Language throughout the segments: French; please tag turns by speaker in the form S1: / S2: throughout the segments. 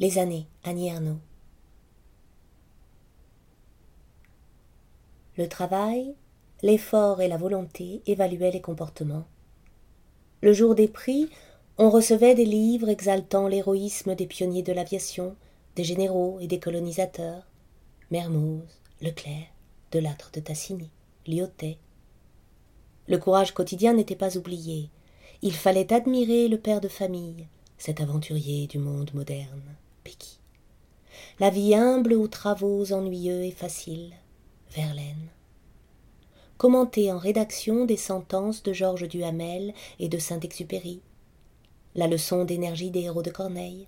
S1: Les années, Annie Ernaux. Le travail, l'effort et la volonté évaluaient les comportements. Le jour des prix, on recevait des livres exaltant l'héroïsme des pionniers de l'aviation, des généraux et des colonisateurs, Mermoz, Leclerc, Delattre de Tassigny, Lyautey. Le courage quotidien n'était pas oublié. Il fallait admirer le père de famille, cet aventurier du monde moderne, Péqui. La vie humble aux travaux ennuyeux et faciles, Verlaine. Commenter en rédaction des sentences de Georges Duhamel et de Saint-Exupéry. La leçon d'énergie des héros de Corneille.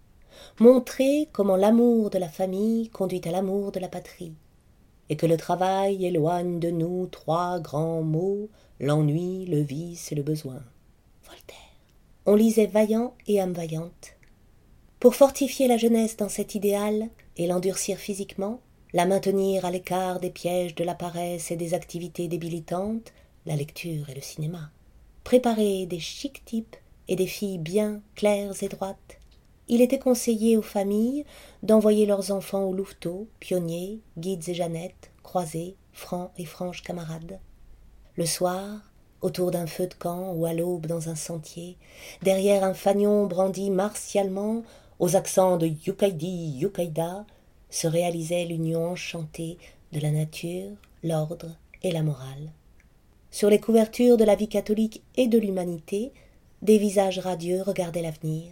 S1: Montrer comment l'amour de la famille conduit à l'amour de la patrie, et que le travail éloigne de nous trois grands maux, l'ennui, le vice et le besoin. Voltaire. On lisait Vaillant et âme vaillante. Pour fortifier la jeunesse dans cet idéal et l'endurcir physiquement, la maintenir à l'écart des pièges de la paresse et des activités débilitantes, la lecture et le cinéma. Préparer des chics types et des filles bien claires et droites. Il était conseillé aux familles d'envoyer leurs enfants au louveteau, pionniers, guides et Jeannettes, croisés, francs et franches camarades. Le soir, autour d'un feu de camp ou à l'aube dans un sentier, derrière un fanion brandi martialement, aux accents de Yukaidi, Yukaïda, se réalisait l'union enchantée de la nature, l'ordre et la morale. Sur les couvertures de la vie catholique et de l'humanité, des visages radieux regardaient l'avenir.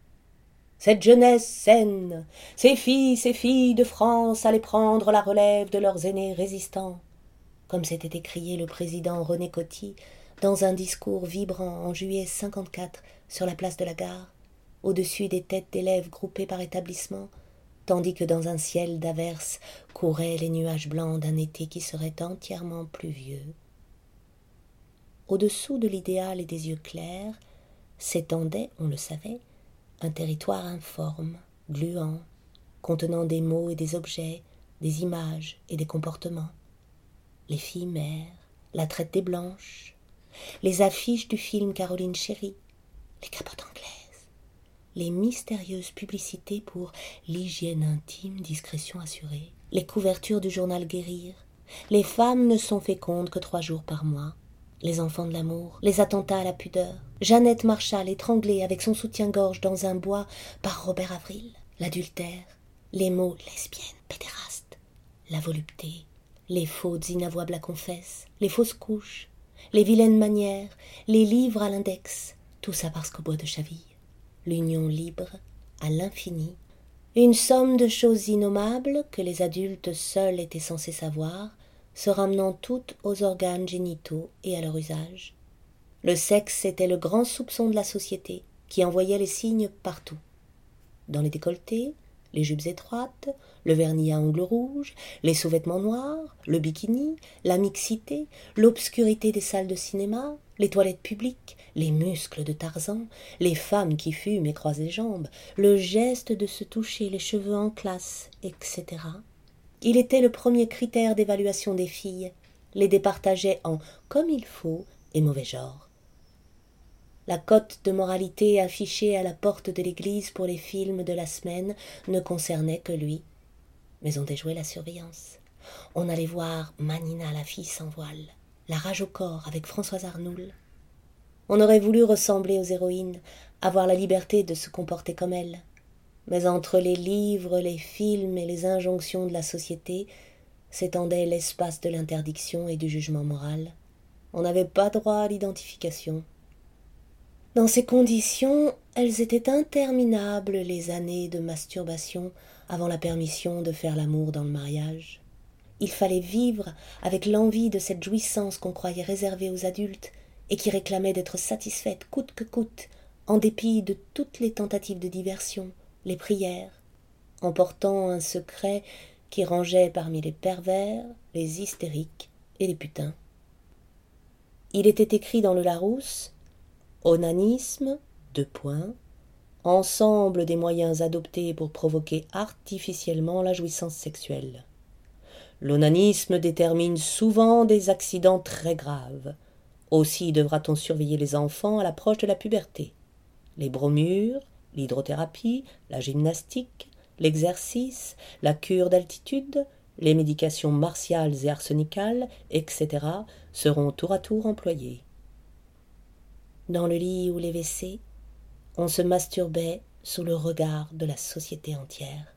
S1: Cette jeunesse saine, ces filles de France allaient prendre la relève de leurs aînés résistants, comme s'était écrié le président René Coty dans un discours vibrant en juillet 54 sur la place de la Gare, au-dessus des têtes d'élèves groupés par établissement, tandis que dans un ciel d'averses couraient les nuages blancs d'un été qui serait entièrement pluvieux. Au-dessous de l'idéal et des yeux clairs s'étendait, on le savait, un territoire informe, gluant, contenant des mots et des objets, des images et des comportements. Les filles mères, la traite des blanches, les affiches du film Caroline Chéry, les capotes anglaises, les mystérieuses publicités pour l'hygiène intime, discrétion assurée, les couvertures du journal Guérir. Les femmes ne sont fécondes que 3 jours par mois. Les enfants de l'amour, les attentats à la pudeur, Jeannette Marshall étranglée avec son soutien-gorge dans un bois par Robert Avril, l'adultère, les mots lesbiennes, pédérastes, la volupté, les fautes inavouables à confesse, les fausses couches, les vilaines manières, les livres à l'index, tout ça parce qu'au bois de Chaville, l'union libre à l'infini, une somme de choses innommables que les adultes seuls étaient censés savoir, se ramenant toutes aux organes génitaux et à leur usage. Le sexe était le grand soupçon de la société, qui envoyait les signes partout. Dans les décolletés, les jupes étroites, le vernis à ongles rouges, les sous-vêtements noirs, le bikini, la mixité, l'obscurité des salles de cinéma, les toilettes publiques, les muscles de Tarzan, les femmes qui fument et croisent les jambes, le geste de se toucher les cheveux en classe, etc. Il était le premier critère d'évaluation des filles, les départageait en comme il faut et mauvais genre. La cote de moralité affichée à la porte de l'église pour les films de la semaine ne concernait que lui. Mais on déjouait la surveillance. On allait voir Manina la fille sans voile, La rage au corps avec Françoise Arnoul. On aurait voulu ressembler aux héroïnes, avoir la liberté de se comporter comme elles. Mais entre les livres, les films et les injonctions de la société s'étendait l'espace de l'interdiction et du jugement moral. On n'avait pas droit à l'identification. Dans ces conditions, elles étaient interminables les années de masturbation avant la permission de faire l'amour dans le mariage. Il fallait vivre avec l'envie de cette jouissance qu'on croyait réservée aux adultes et qui réclamait d'être satisfaite coûte que coûte, en dépit de toutes les tentatives de diversion, les prières, en portant un secret qui rangeait parmi les pervers, les hystériques et les putains. Il était écrit dans le Larousse « Onanisme, ensemble des moyens adoptés pour provoquer artificiellement la jouissance sexuelle. L'onanisme détermine souvent des accidents très graves. Aussi devra-t-on surveiller les enfants à l'approche de la puberté. Les bromures, l'hydrothérapie, la gymnastique, l'exercice, la cure d'altitude, les médications martiales et arsenicales, etc. seront tour à tour employés. Dans le lit ou les WC, on se masturbait sous le regard de la société entière.